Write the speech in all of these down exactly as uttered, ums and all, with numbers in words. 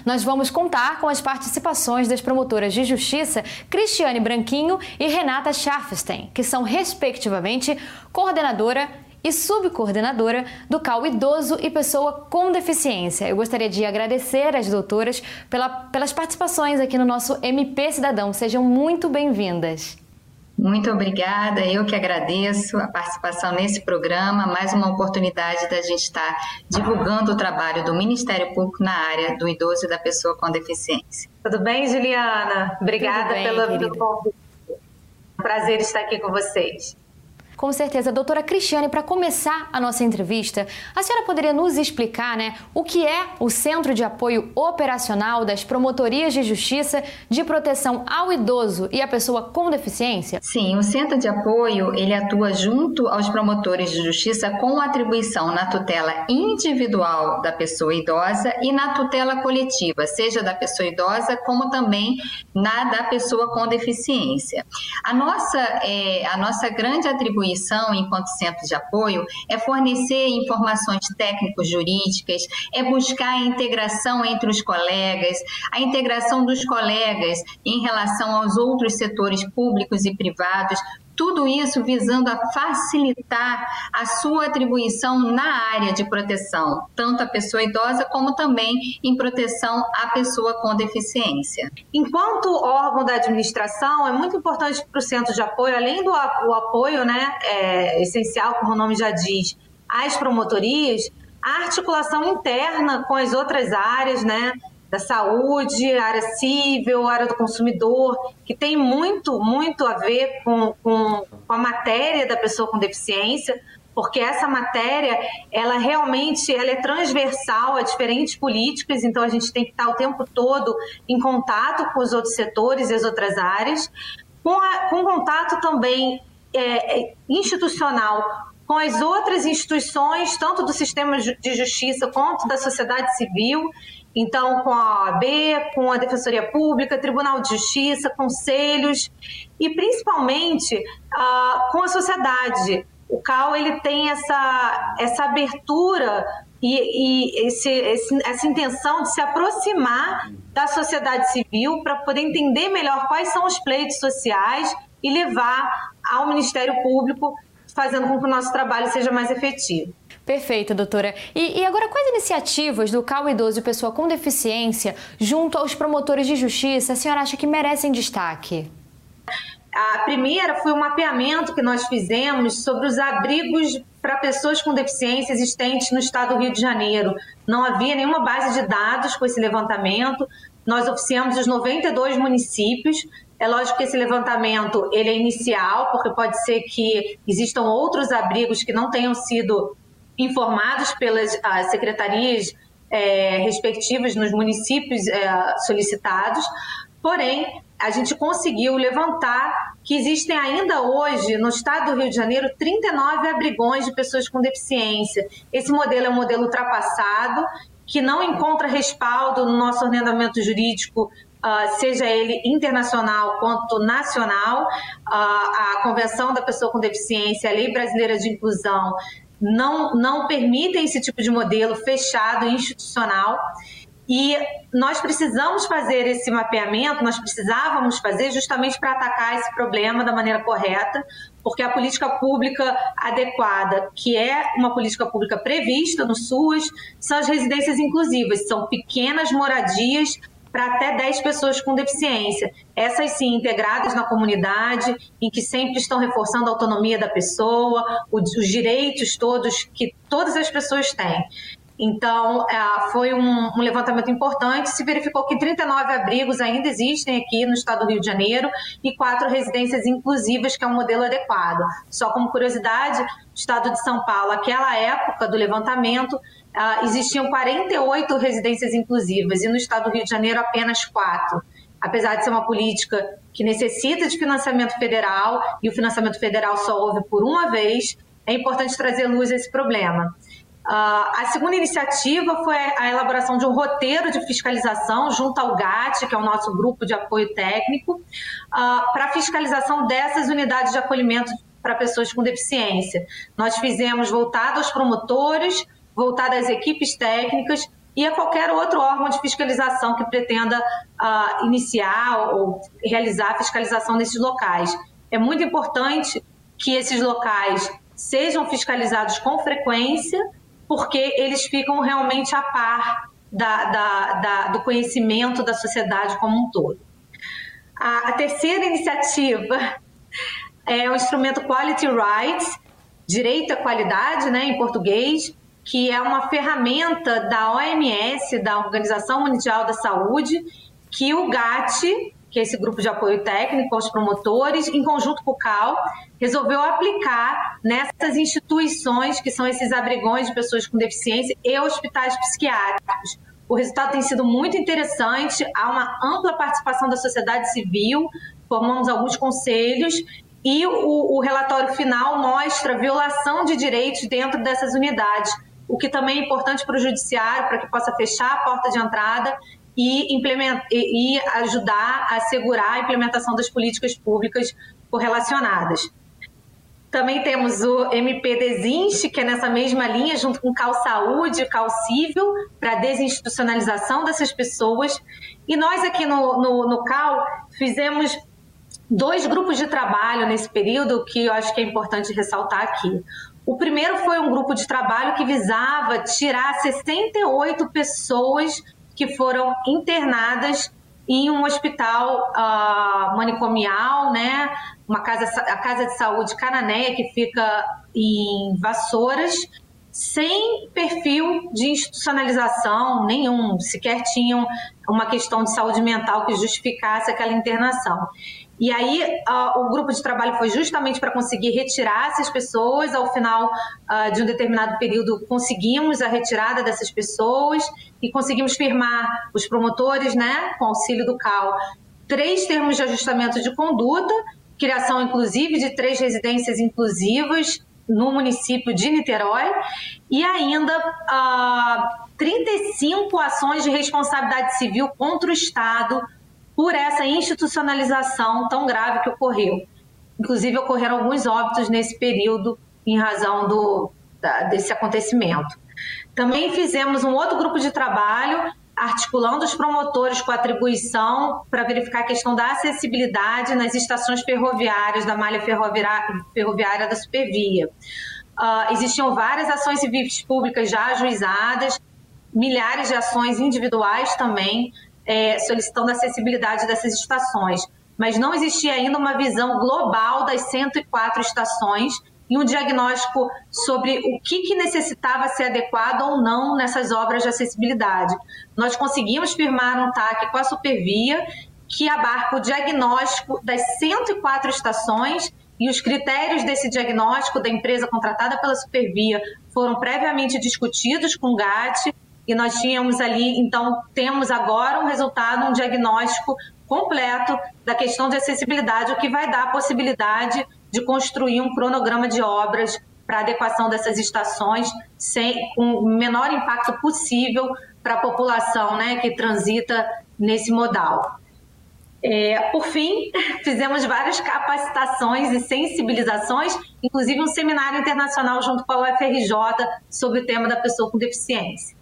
nós vamos contar com as participações das promotoras de justiça Cristiane Branquinho e Renata Schafstein, que são, respectivamente, coordenadora e subcoordenadora do C A U Idoso e Pessoa com Deficiência. Eu gostaria de agradecer às doutoras pela, pelas participações aqui no nosso M P Cidadão. Sejam muito bem-vindas. Muito obrigada, eu que agradeço a participação nesse programa, mais uma oportunidade da gente estar divulgando o trabalho do Ministério Público na área do idoso e da pessoa com deficiência. Tudo bem, Juliana? Obrigada bem, pelo convite. Prazer estar aqui com vocês. Com certeza. Doutora Cristiane, para começar a nossa entrevista, a senhora poderia nos explicar, né, o que é o Centro de Apoio Operacional das Promotorias de Justiça de Proteção ao Idoso e à Pessoa com Deficiência? Sim, o Centro de Apoio, ele atua junto aos promotores de justiça com atribuição na tutela individual da pessoa idosa e na tutela coletiva, seja da pessoa idosa como também na da pessoa com deficiência. A nossa, é, a nossa grande atribuição enquanto centro de apoio é fornecer informações técnico-jurídicas, é buscar a integração entre os colegas, a integração dos colegas em relação aos outros setores públicos e privados, tudo isso visando a facilitar a sua atribuição na área de proteção, tanto à pessoa idosa como também em proteção à pessoa com deficiência. Enquanto órgão da administração, é muito importante para o centro de apoio, além do o apoio, né, é, essencial, como o nome já diz, às promotorias, a articulação interna com as outras áreas, né, da saúde, área civil, área do consumidor, que tem muito, muito a ver com, com, com a matéria da pessoa com deficiência, porque essa matéria, ela realmente ela é transversal a diferentes políticas, então a gente tem que estar o tempo todo em contato com os outros setores e as outras áreas, com, a, com contato também é, institucional com as outras instituições, tanto do sistema de justiça quanto da sociedade civil. Então, com a O A B, com a Defensoria Pública, Tribunal de Justiça, conselhos e, principalmente, uh, com a sociedade. O C A U ele tem essa, essa abertura e, e esse, esse, essa intenção de se aproximar da sociedade civil para poder entender melhor quais são os pleitos sociais e levar ao Ministério Público, fazendo com que o nosso trabalho seja mais efetivo. Perfeito, doutora. E, e agora, quais iniciativas do C A U Idoso e Pessoa com Deficiência junto aos promotores de justiça a senhora acha que merecem destaque? A primeira foi o mapeamento que nós fizemos sobre os abrigos para pessoas com deficiência existentes no estado do Rio de Janeiro. Não havia nenhuma base de dados com esse levantamento. Nós oficiamos os noventa e dois municípios. É lógico que esse levantamento ele é inicial, porque pode ser que existam outros abrigos que não tenham sido informados pelas as secretarias é, respectivas nos municípios é, solicitados. Porém, a gente conseguiu levantar que existem ainda hoje, no estado do Rio de Janeiro, trinta e nove abrigões de pessoas com deficiência. Esse modelo é um modelo ultrapassado, que não encontra respaldo no nosso ordenamento jurídico, Uh, seja ele internacional quanto nacional. Uh, a Convenção da Pessoa com Deficiência, a Lei Brasileira de Inclusão, não, não permitem esse tipo de modelo fechado, institucional. E nós precisamos fazer esse mapeamento, nós precisávamos fazer justamente para atacar esse problema da maneira correta, porque a política pública adequada, que é uma política pública prevista no SUAS, são as residências inclusivas, são pequenas moradias para até dez pessoas com deficiência. Essas sim, integradas na comunidade, em que sempre estão reforçando a autonomia da pessoa, os direitos todos que todas as pessoas têm. Então, foi um levantamento importante, se verificou que trinta e nove abrigos ainda existem aqui no estado do Rio de Janeiro e quatro residências inclusivas, que é um modelo adequado. Só como curiosidade, o estado de São Paulo, naquela época do levantamento, existiam quarenta e oito residências inclusivas e no estado do Rio de Janeiro apenas quatro. Apesar de ser uma política que necessita de financiamento federal e o financiamento federal só houve por uma vez, é importante trazer luz a esse problema. Uh, a segunda iniciativa foi a elaboração de um roteiro de fiscalização junto ao GAT, que é o nosso grupo de apoio técnico, uh, para a fiscalização dessas unidades de acolhimento para pessoas com deficiência. Nós fizemos voltado aos promotores, voltado às equipes técnicas e a qualquer outro órgão de fiscalização que pretenda uh, iniciar ou realizar a fiscalização nesses locais. É muito importante que esses locais sejam fiscalizados com frequência, porque eles ficam realmente a par da, da, da, do conhecimento da sociedade como um todo. A, a terceira iniciativa é o instrumento Quality Rights, direito à qualidade, né, em português, que é uma ferramenta da O M S, da Organização Mundial da Saúde, que o GAT, que é esse grupo de apoio técnico aos promotores, em conjunto com o C A U, resolveu aplicar nessas instituições, que são esses abrigões de pessoas com deficiência e hospitais psiquiátricos. O resultado tem sido muito interessante, há uma ampla participação da sociedade civil, formamos alguns conselhos, e o, o relatório final mostra violação de direitos dentro dessas unidades, o que também é importante para o judiciário, para que possa fechar a porta de entrada e, implementar, e, e ajudar a assegurar a implementação das políticas públicas correlacionadas. Também temos o M P Desinst, que é nessa mesma linha, junto com o C A U Saúde e o C A U Civil, para a desinstitucionalização dessas pessoas. E nós aqui no, no, no C A U fizemos dois grupos de trabalho nesse período que eu acho que é importante ressaltar aqui. O primeiro foi um grupo de trabalho que visava tirar sessenta e oito pessoas que foram internadas em um hospital uh, manicomial, né? Uma casa, a Casa de Saúde Cananéia, que fica em Vassouras, sem perfil de institucionalização nenhum, sequer tinham uma questão de saúde mental que justificasse aquela internação. E aí uh, o grupo de trabalho foi justamente para conseguir retirar essas pessoas. Ao final uh, de um determinado período, conseguimos a retirada dessas pessoas e conseguimos firmar, os promotores, né, com auxílio do C A U, três termos de ajustamento de conduta, criação inclusive de três residências inclusivas no município de Niterói e ainda uh, trinta e cinco ações de responsabilidade civil contra o Estado por essa institucionalização tão grave que ocorreu. Inclusive, ocorreram alguns óbitos nesse período em razão do, da, desse acontecimento. Também fizemos um outro grupo de trabalho, articulando os promotores com atribuição para verificar a questão da acessibilidade nas estações ferroviárias, da malha ferroviária, ferroviária da Supervia. Uh, existiam várias ações civis públicas já ajuizadas, milhares de ações individuais também, É, solicitando a acessibilidade dessas estações, mas não existia ainda uma visão global das cento e quatro estações e um diagnóstico sobre o que, que necessitava ser adequado ou não nessas obras de acessibilidade. Nós conseguimos firmar um T A C com a Supervia que abarca o diagnóstico das cento e quatro estações e os critérios desse diagnóstico da empresa contratada pela Supervia foram previamente discutidos com o GAT. E nós tínhamos ali, então, temos agora um resultado, um diagnóstico completo da questão de acessibilidade, o que vai dar a possibilidade de construir um cronograma de obras para adequação dessas estações, sem, com o menor impacto possível para a população, né, que transita nesse modal. É, por fim, fizemos várias capacitações e sensibilizações, inclusive um seminário internacional junto com a U F R J sobre o tema da pessoa com deficiência.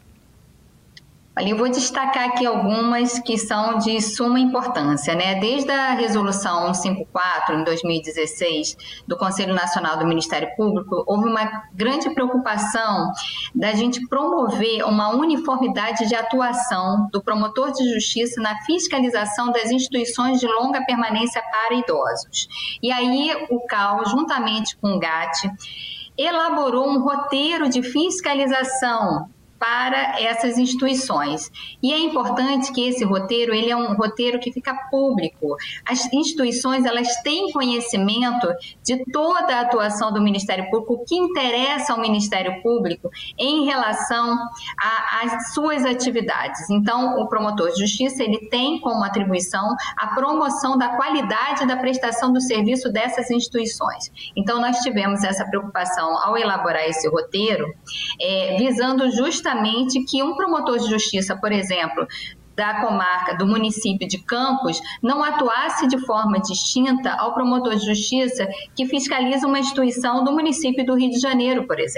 Olha, eu vou destacar aqui algumas que são de suma importância, né? Desde a resolução cento e cinquenta e quatro, em dois mil e dezesseis, do Conselho Nacional do Ministério Público, houve uma grande preocupação da gente promover uma uniformidade de atuação do promotor de justiça na fiscalização das instituições de longa permanência para idosos. E aí o C A U, juntamente com o GAT, elaborou um roteiro de fiscalização para essas instituições. E é importante que esse roteiro, ele é um roteiro que fica público. As instituições, elas têm conhecimento de toda a atuação do Ministério Público, o que interessa ao Ministério Público em relação às suas atividades. Então, o promotor de justiça, ele tem como atribuição a promoção da qualidade da prestação do serviço dessas instituições. Então, nós tivemos essa preocupação ao elaborar esse roteiro, é, visando justamente Justamente que um promotor de justiça, por exemplo, da comarca, do município de Campos, não atuasse de forma distinta ao promotor de justiça que fiscaliza uma instituição do município do Rio de Janeiro, por exemplo.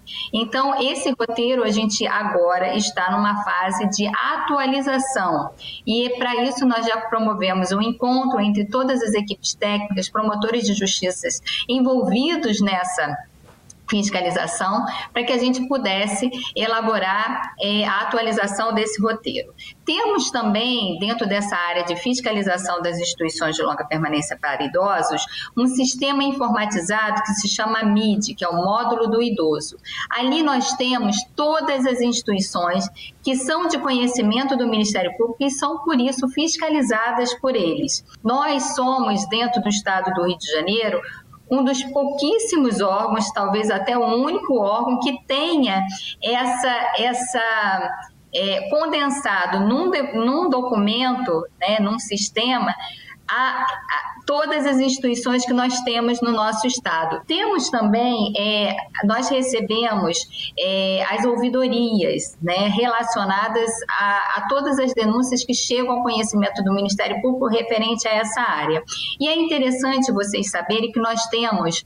Então, esse roteiro a gente agora está numa fase de atualização e para isso nós já promovemos um encontro entre todas as equipes técnicas, promotores de justiça envolvidos nessa fiscalização, para que a gente pudesse elaborar é, a atualização desse roteiro. Temos também, dentro dessa área de fiscalização das instituições de longa permanência para idosos, um sistema informatizado que se chama M I D, que é o Módulo do Idoso. Ali nós temos todas as instituições que são de conhecimento do Ministério Público e são, por isso, fiscalizadas por eles. Nós somos, dentro do Estado do Rio de Janeiro, um dos pouquíssimos órgãos, talvez até o único órgão que tenha essa, essa é, condensado num, num documento, né, num sistema, a, a todas as instituições que nós temos no nosso estado. Temos também, é, nós recebemos é, as ouvidorias, né, relacionadas a, a todas as denúncias que chegam ao conhecimento do Ministério Público referente a essa área. E é interessante vocês saberem que nós temos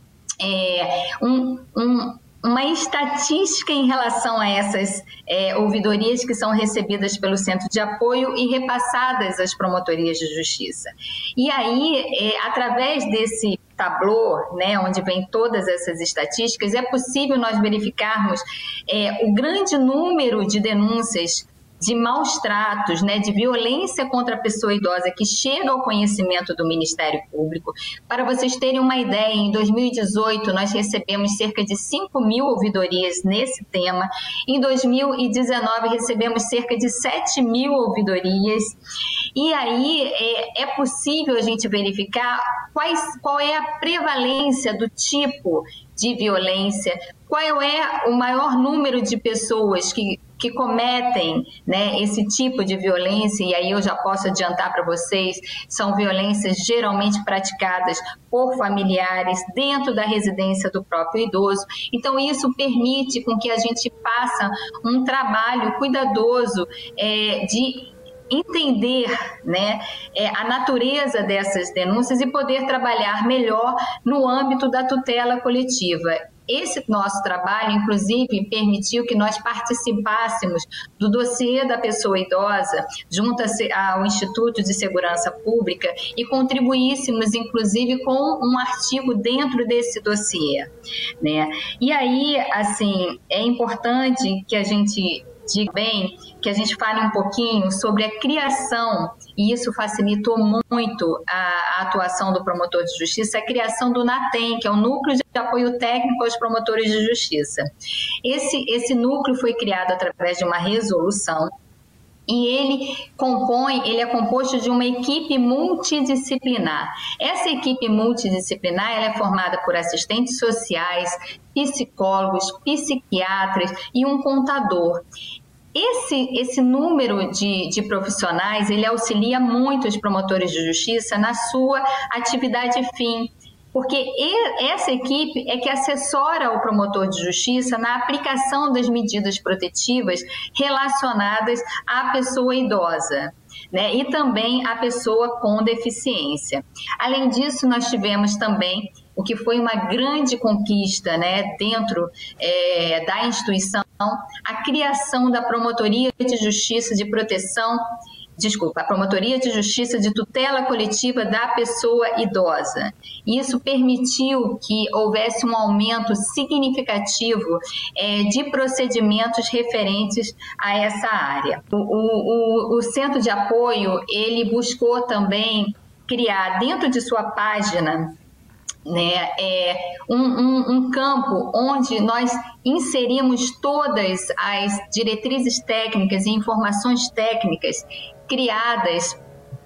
é, um... um uma estatística em relação a essas é, ouvidorias que são recebidas pelo Centro de Apoio e repassadas às promotorias de justiça. E aí, é, através desse tablô, né, onde vem todas essas estatísticas, é possível nós verificarmos é, o grande número de denúncias de maus tratos, né, de violência contra a pessoa idosa que chega ao conhecimento do Ministério Público. Para vocês terem uma ideia, em dois mil e dezoito nós recebemos cerca de cinco mil ouvidorias nesse tema, em dois mil e dezenove recebemos cerca de sete mil ouvidorias, e aí é, é possível a gente verificar quais, qual é a prevalência do tipo de violência, qual é o maior número de pessoas que que cometem, né, esse tipo de violência, e aí eu já posso adiantar para vocês, são violências geralmente praticadas por familiares dentro da residência do próprio idoso. Então isso permite com que a gente faça um trabalho cuidadoso é, de entender, né, é, a natureza dessas denúncias e poder trabalhar melhor no âmbito da tutela coletiva. Esse nosso trabalho, inclusive, permitiu que nós participássemos do dossiê da pessoa idosa junto ao Instituto de Segurança Pública e contribuíssemos, inclusive, com um artigo dentro desse dossiê, né? E aí, assim, é importante que a gente diga bem, que a gente fale um pouquinho sobre a criação, e isso facilitou muito a, a atuação do promotor de justiça, a criação do NATEM, que é o Núcleo de Apoio Técnico aos Promotores de Justiça. Esse, esse núcleo foi criado através de uma resolução, e ele compõe, ele é composto de uma equipe multidisciplinar. Essa equipe multidisciplinar ela é formada por assistentes sociais, psicólogos, psiquiatras e um contador. Esse, esse número de, de profissionais, ele auxilia muito os promotores de justiça na sua atividade fim, porque essa equipe é que assessora o promotor de justiça na aplicação das medidas protetivas relacionadas à pessoa idosa, né, e também à pessoa com deficiência. Além disso, nós tivemos também o que foi uma grande conquista, né, dentro é, da instituição, a criação da Promotoria de Justiça de Proteção, desculpa, a Promotoria de Justiça de Tutela Coletiva da Pessoa Idosa. Isso permitiu que houvesse um aumento significativo é, de procedimentos referentes a essa área. O, o, o Centro de Apoio, ele buscou também criar dentro de sua página, né, é, um, um, um campo onde nós inserimos todas as diretrizes técnicas e informações técnicas criadas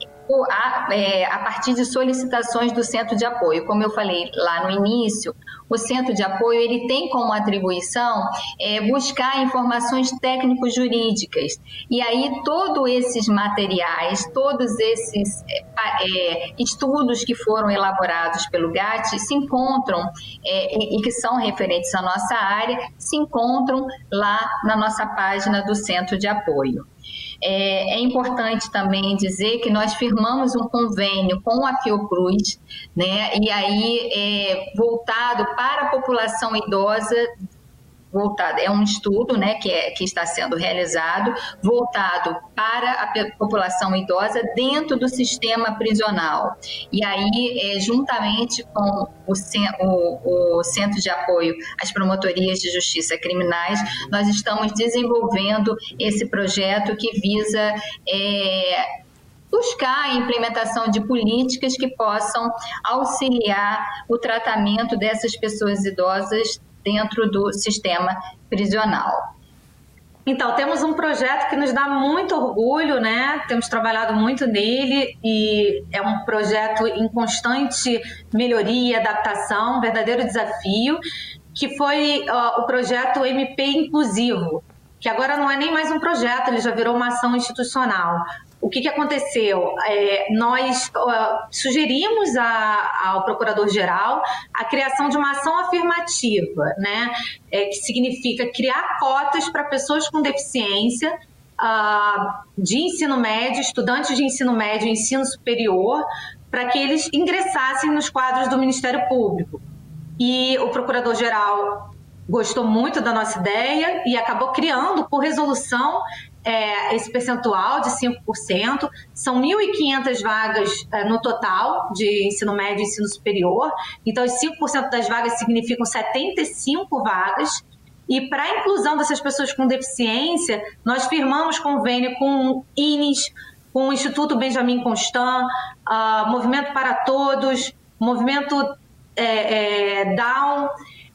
a, é, a partir de solicitações do Centro de Apoio. Como eu falei lá no início, o Centro de Apoio ele tem como atribuição é, buscar informações técnico-jurídicas. E aí todos esses materiais, todos esses é, estudos que foram elaborados pelo G A T se encontram, é, e, e que são referentes à nossa área, se encontram lá na nossa página do Centro de Apoio. É, é importante também dizer que nós firmamos um convênio com a Fiocruz, né, e aí é, voltado para a população idosa voltado, é um estudo, né, que, é, que está sendo realizado, voltado para a população idosa dentro do sistema prisional. E aí, é, juntamente com o, o, o Centro de Apoio às Promotorias de Justiça Criminais, nós estamos desenvolvendo esse projeto que visa é, buscar a implementação de políticas que possam auxiliar o tratamento dessas pessoas idosas dentro do sistema prisional. Então, temos um projeto que nos dá muito orgulho, né? Temos trabalhado muito nele e é um projeto em constante melhoria, adaptação, um verdadeiro desafio, que foi uh, o projeto M P Inclusivo, que agora não é nem mais um projeto, ele já virou uma ação institucional. O que, que aconteceu? É, nós uh, sugerimos a, ao Procurador-Geral a criação de uma ação afirmativa, né? É, que significa criar cotas para pessoas com deficiência uh, de ensino médio, estudantes de ensino médio e ensino superior, para que eles ingressassem nos quadros do Ministério Público. E o Procurador-Geral gostou muito da nossa ideia e acabou criando, por resolução, É, esse percentual de cinco por cento. São mil e quinhentas vagas é, no total de ensino médio e ensino superior. Então, os cinco por cento das vagas significam setenta e cinco vagas. E para a inclusão dessas pessoas com deficiência, nós firmamos convênio com o I N E S, com o Instituto Benjamin Constant, uh, Movimento para Todos, Movimento é, é, Down,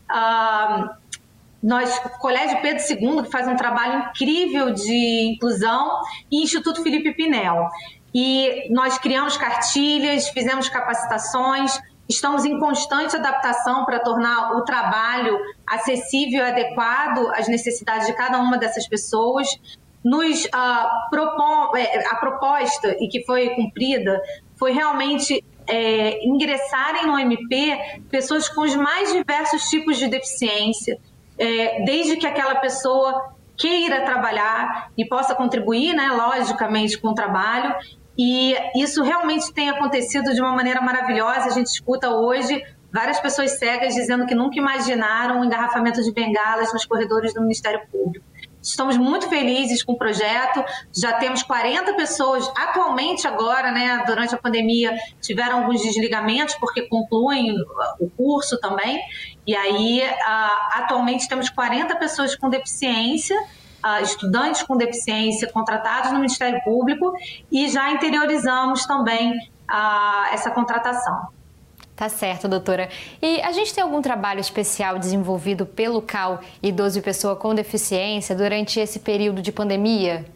uh, Nós, Colégio Pedro segundo, que faz um trabalho incrível de inclusão, e Instituto Felipe Pinel. E nós criamos cartilhas, fizemos capacitações, estamos em constante adaptação para tornar o trabalho acessível e adequado às necessidades de cada uma dessas pessoas. Nos, uh, propom, a proposta, e que foi cumprida, foi realmente é, ingressarem no M P pessoas com os mais diversos tipos de deficiência, É, desde que aquela pessoa queira trabalhar e possa contribuir, né, logicamente, com o trabalho. E isso realmente tem acontecido de uma maneira maravilhosa. A gente escuta hoje várias pessoas cegas dizendo que nunca imaginaram o engarrafamento de bengalas nos corredores do Ministério Público. Estamos muito felizes com o projeto, já temos quarenta pessoas, atualmente agora, né, durante a pandemia, tiveram alguns desligamentos porque concluem o curso também, e aí uh, atualmente temos quarenta pessoas com deficiência, uh, estudantes com deficiência contratados no Ministério Público, e já interiorizamos também uh, essa contratação. Tá certo, doutora. E a gente tem algum trabalho especial desenvolvido pelo C A U Idoso e Pessoa com Deficiência durante esse período de pandemia?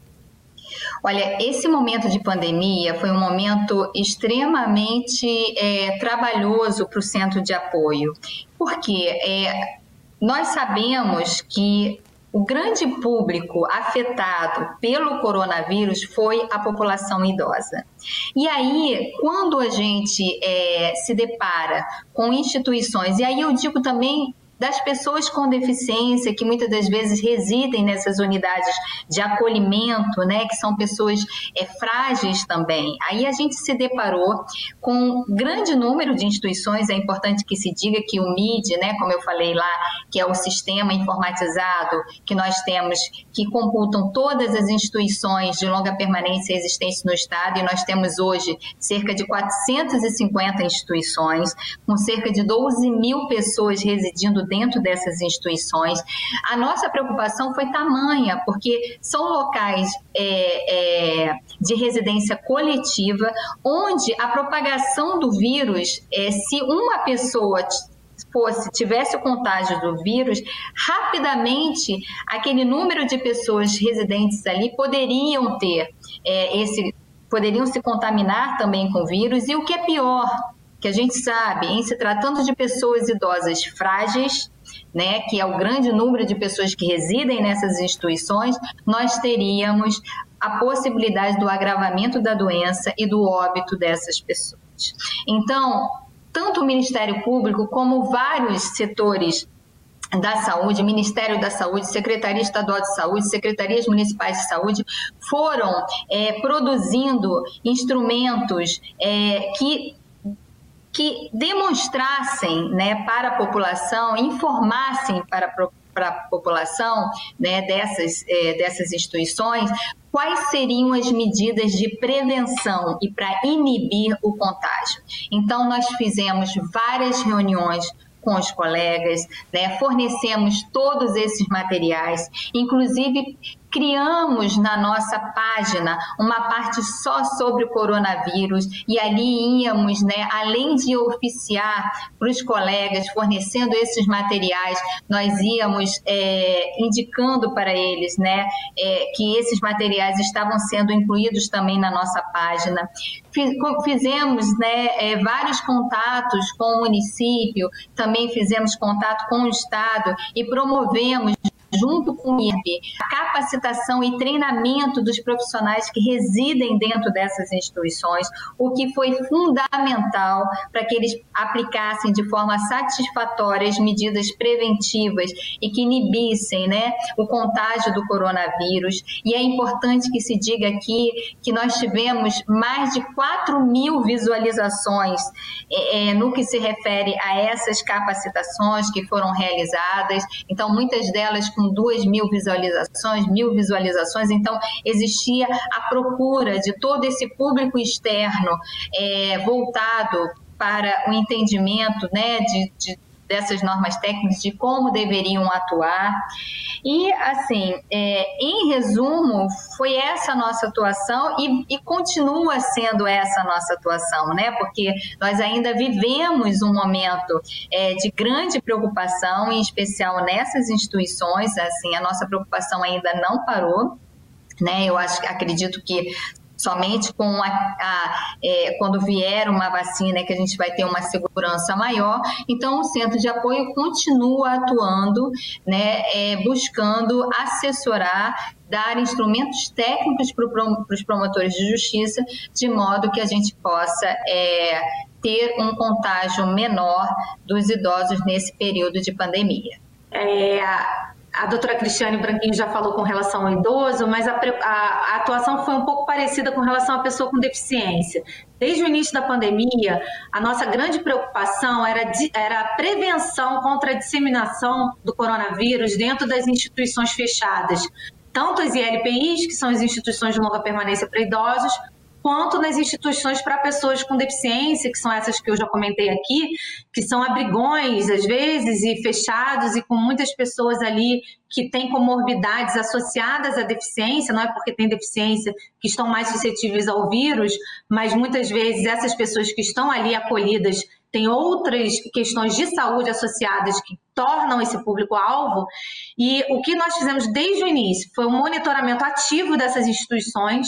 Olha, esse momento de pandemia foi um momento extremamente é, trabalhoso para o Centro de Apoio, porque é, nós sabemos que o grande público afetado pelo coronavírus foi a população idosa. E aí, quando a gente é, se depara com instituições, e aí eu digo também das pessoas com deficiência que muitas das vezes residem nessas unidades de acolhimento, né, que são pessoas é, frágeis também. Aí a gente se deparou com um grande número de instituições. É importante que se diga que o M I D, né, como eu falei lá, que é o sistema informatizado que nós temos, que computam todas as instituições de longa permanência existentes no Estado, e nós temos hoje cerca de quatrocentas e cinquenta instituições, com cerca de doze mil pessoas residindo dentro dessas instituições. A nossa preocupação foi tamanha, porque são locais é, é, de residência coletiva, onde a propagação do vírus, é, se uma pessoa fosse, tivesse o contágio do vírus, rapidamente aquele número de pessoas residentes ali poderiam ter é, esse, poderiam se contaminar também com o vírus. E o que é pior, que a gente sabe, em se tratando de pessoas idosas frágeis, né, que é o grande número de pessoas que residem nessas instituições, nós teríamos a possibilidade do agravamento da doença e do óbito dessas pessoas. Então, tanto o Ministério Público como vários setores da saúde, Ministério da Saúde, Secretaria Estadual de Saúde, Secretarias Municipais de Saúde, foram é, produzindo instrumentos é, que que demonstrassem, né, para a população, informassem para a para a população, né, dessas, é, dessas instituições, quais seriam as medidas de prevenção e para inibir o contágio. Então, nós fizemos várias reuniões com os colegas, né, fornecemos todos esses materiais, inclusive criamos na nossa página uma parte só sobre o coronavírus e ali íamos, né, além de oficiar para os colegas, fornecendo esses materiais, nós íamos é, indicando para eles, né, é, que esses materiais estavam sendo incluídos também na nossa página. Fizemos, né, é, vários contatos com o município, também fizemos contato com o Estado e promovemos, junto com o I R B, a capacitação e treinamento dos profissionais que residem dentro dessas instituições, o que foi fundamental para que eles aplicassem de forma satisfatória as medidas preventivas e que inibissem, né, o contágio do coronavírus. E é importante que se diga aqui que nós tivemos mais de quatro mil visualizações é, no que se refere a essas capacitações que foram realizadas, então muitas delas com duas mil visualizações, mil visualizações, então existia a procura de todo esse público externo é, voltado para o entendimento, né, de, de, dessas normas técnicas, de como deveriam atuar. E, assim, é, em resumo, foi essa a nossa atuação e, e continua sendo essa a nossa atuação, né? Porque nós ainda vivemos um momento é, de grande preocupação, em especial nessas instituições, assim, a nossa preocupação ainda não parou, né? Eu acho, acredito que somente com a, a, é, quando vier uma vacina que a gente vai ter uma segurança maior. Então, o Centro de Apoio continua atuando, né, é, buscando assessorar, dar instrumentos técnicos para os promotores de justiça, de modo que a gente possa é, ter um contágio menor dos idosos nesse período de pandemia. É... A doutora Cristiane Branquinho já falou com relação ao idoso, mas a, a, a atuação foi um pouco parecida com relação à pessoa com deficiência. Desde o início da pandemia, a nossa grande preocupação era, de, era a prevenção contra a disseminação do coronavírus dentro das instituições fechadas, tanto as I L P Is, que são as instituições de longa permanência para idosos, quanto nas instituições para pessoas com deficiência, que são essas que eu já comentei aqui, que são abrigões, às vezes, e fechados, e com muitas pessoas ali que têm comorbidades associadas à deficiência, não é porque tem deficiência que estão mais suscetíveis ao vírus, mas muitas vezes essas pessoas que estão ali acolhidas têm outras questões de saúde associadas que tornam esse público-alvo. E o que nós fizemos desde o início foi um monitoramento ativo dessas instituições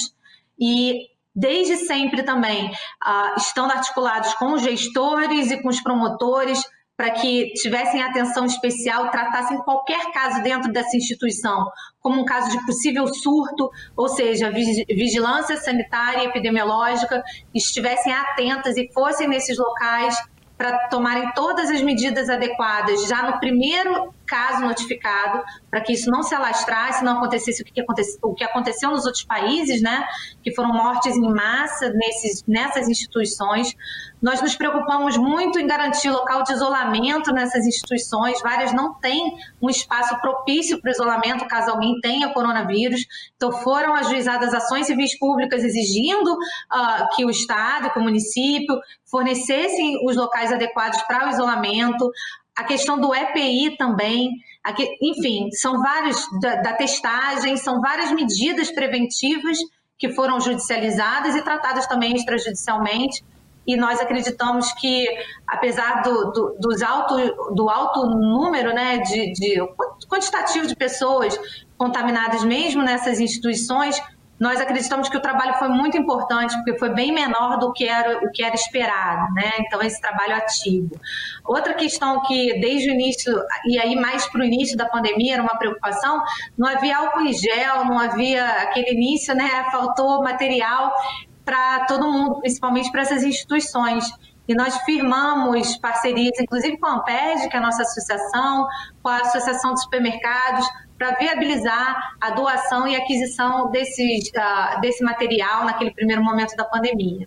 e desde sempre também, uh, estando articulados com os gestores e com os promotores para que tivessem atenção especial, tratassem qualquer caso dentro dessa instituição como um caso de possível surto, ou seja, vigilância sanitária e epidemiológica, estivessem atentas e fossem nesses locais para tomarem todas as medidas adequadas já no primeiro caso notificado, para que isso não se alastrasse, não acontecesse o que, aconteceu, o que aconteceu nos outros países, né, que foram mortes em massa nesses, nessas instituições. Nós nos preocupamos muito em garantir local de isolamento nessas instituições. Várias não têm um espaço propício para o isolamento, caso alguém tenha coronavírus. Então, foram ajuizadas ações civis públicas exigindo uh, que o Estado, que o município, fornecessem os locais adequados para o isolamento. A questão do E P I também, aqui, enfim, são vários, da, da testagem, são várias medidas preventivas que foram judicializadas e tratadas também extrajudicialmente. E nós acreditamos que, apesar do, do, dos alto, do alto número, né, de, de quantitativo de pessoas contaminadas mesmo nessas instituições, nós acreditamos que o trabalho foi muito importante, porque foi bem menor do que era o que era esperado, né? Então, esse trabalho ativo. Outra questão que, desde o início, e aí mais para o início da pandemia, era uma preocupação, não havia álcool em gel, não havia aquele início, né? Faltou material para todo mundo, principalmente para essas instituições. E nós firmamos parcerias, inclusive com a Amped, que é a nossa associação, com a Associação de Supermercados, para viabilizar a doação e aquisição desses, uh, desse material naquele primeiro momento da pandemia.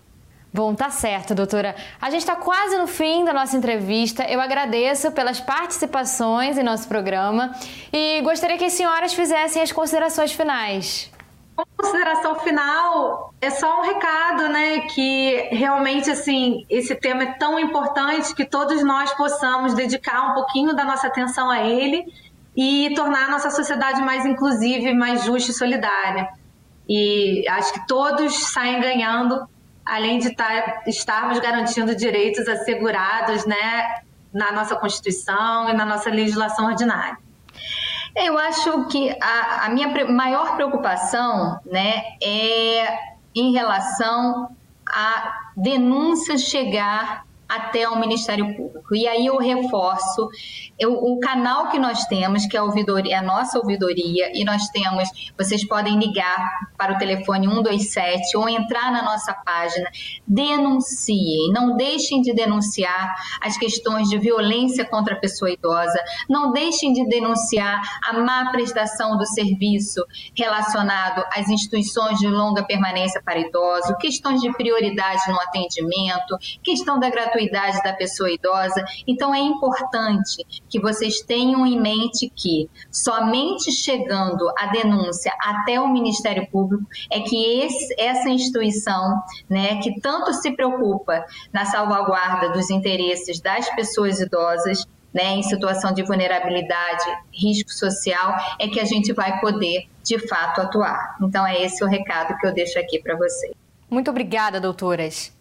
Bom, tá certo, doutora. A gente está quase no fim da nossa entrevista. Eu agradeço pelas participações em nosso programa e gostaria que as senhoras fizessem as considerações finais. A consideração final é só um recado, né? Que realmente, assim, esse tema é tão importante que todos nós possamos dedicar um pouquinho da nossa atenção a ele e tornar a nossa sociedade mais inclusiva, mais justa e solidária. E acho que todos saem ganhando, além de tar, estarmos garantindo direitos assegurados, né, na nossa Constituição e na nossa legislação ordinária. Eu acho que a, a minha maior preocupação, né, é em relação a denúncias chegar até o Ministério Público. E aí eu reforço eu, o canal que nós temos, que é a, ouvidoria, a nossa ouvidoria, e nós temos, vocês podem ligar para o telefone um dois sete ou entrar na nossa página, denunciem, não deixem de denunciar as questões de violência contra a pessoa idosa, não deixem de denunciar a má prestação do serviço relacionado às instituições de longa permanência para idosos, questões de prioridade no atendimento, questão da gratuidade da pessoa idosa. Então é importante que vocês tenham em mente que somente chegando a denúncia até o Ministério Público é que esse, essa instituição, né, que tanto se preocupa na salvaguarda dos interesses das pessoas idosas, né, em situação de vulnerabilidade, risco social, é que a gente vai poder de fato atuar. Então é esse o recado que eu deixo aqui para vocês. Muito obrigada, doutoras.